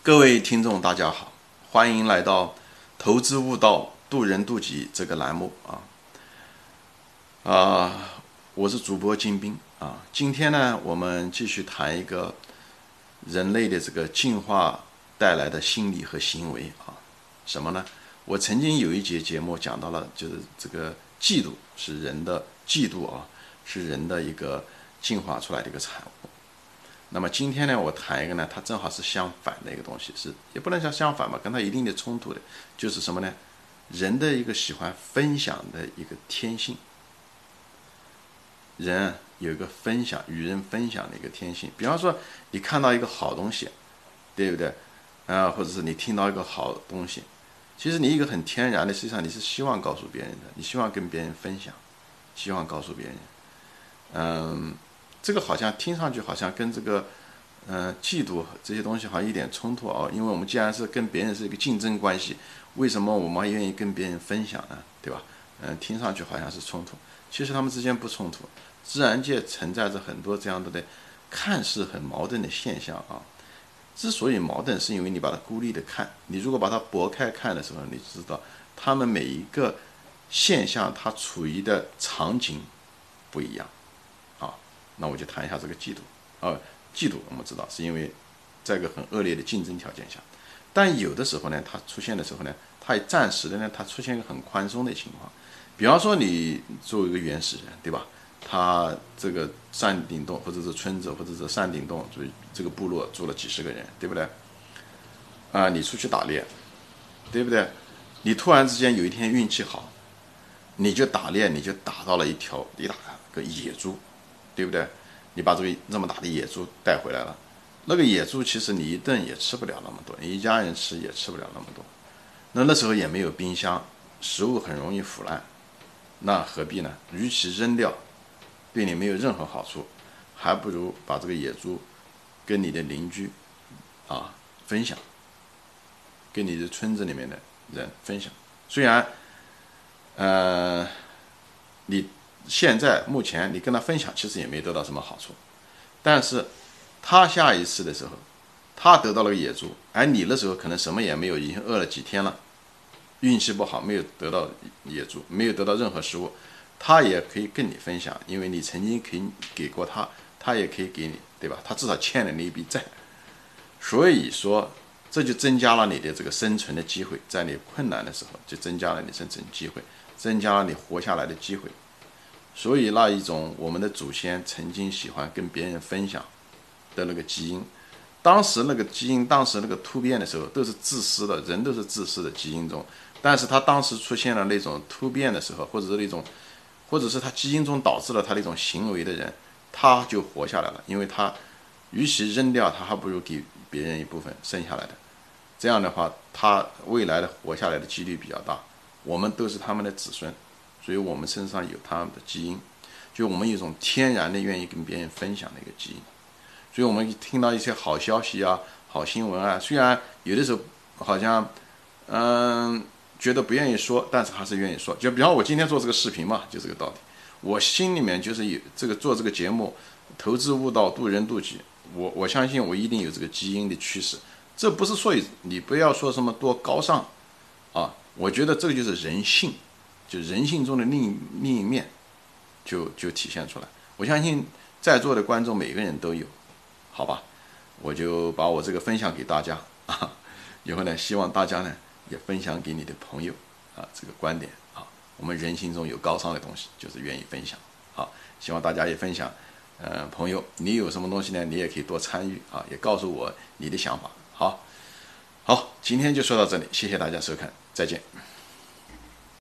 各位听众，大家好，欢迎来到投资悟道、渡人渡己这个栏目我是主播金兵啊。今天呢，我们继续谈一个人类的这个进化带来的心理和行为啊。什么呢？我曾经有一节节目讲到了，就是这个嫉妒是人的嫉妒啊，是人的一个进化出来的一个产物。那么今天呢，我谈一个呢，它正好是相反的一个东西，也不能叫相反吧，跟它一定的冲突的，就是什么呢？人的一个喜欢分享的一个天性，人有一个与人分享的一个天性。比方说，你看到一个好东西，对不对？或者是你听到一个好东西，其实你一个很天然的，实际上你是希望告诉别人的，你希望跟别人分享，希望告诉别人，这个好像听上去好像跟这个，嫉妒这些东西好像一点冲突哦。因为我们既然是跟别人是一个竞争关系，为什么我们还愿意跟别人分享呢？对吧？听上去好像是冲突，其实他们之间不冲突。自然界存在着很多这样的看似很矛盾的现象啊。之所以矛盾，是因为你把它孤立的看，你如果把它拨开看的时候，你知道它们每一个现象它处于的场景不一样。那我就谈一下这个嫉妒。嫉妒我们知道是因为在一个很恶劣的竞争条件下，但有的时候呢，它出现的时候呢，它也暂时的呢，它出现一个很宽松的情况。比方说你作为一个原始人，对吧？他这个山顶洞或者是村子或者是山顶洞，这个部落住了几十个人，对不对？你出去打猎，对不对？你突然之间有一天运气好，你就打猎，你就打到了一大个野猪。对不对？你把这个这么大的野猪带回来了，那个野猪其实你一顿也吃不了那么多，你一家人吃也吃不了那么多。那时候也没有冰箱，食物很容易腐烂，那何必呢？与其扔掉，对你没有任何好处，还不如把这个野猪跟你的邻居分享，跟你的村子里面的人分享。虽然你现在目前你跟他分享，其实也没得到什么好处，但是他下一次的时候，他得到了个野猪，而你的时候可能什么也没有，已经饿了几天了，运气不好，没有得到野猪，没有得到任何食物，他也可以跟你分享，因为你曾经可以给过他，他也可以给你，对吧？他至少欠了你一笔债，所以说这就增加了你的这个生存的机会，在你困难的时候就增加了你生存机会，增加了你活下来的机会。所以那一种我们的祖先曾经喜欢跟别人分享的那个基因，当时那个基因，当时那个突变的时候都是自私的，人都是自私的基因中，但是他当时出现了那种突变的时候，或者是他基因中导致了他那种行为的人，他就活下来了，因为他与其扔掉，他还不如给别人一部分剩下来的，这样的话他未来的活下来的几率比较大。我们都是他们的子孙，所以我们身上有他们的基因，就我们有一种天然的愿意跟别人分享的一个基因。所以我们听到一些好消息啊、好新闻啊，虽然有的时候好像觉得不愿意说，但是还是愿意说。就比方我今天做这个视频嘛，就这个道理。我心里面就是有这个做这个节目，投资悟道、渡人渡己，我相信我一定有这个基因的趋势。这不是说你不要说什么多高尚我觉得这个就是人性。就人性中的另一面就体现出来。我相信在座的观众每个人都有，好吧？我就把我这个分享给大家以后呢，希望大家呢也分享给你的朋友这个观点我们人性中有高尚的东西，就是愿意分享希望大家也分享。朋友，你有什么东西呢？你也可以多参与也告诉我你的想法。好，今天就说到这里，谢谢大家收看，再见。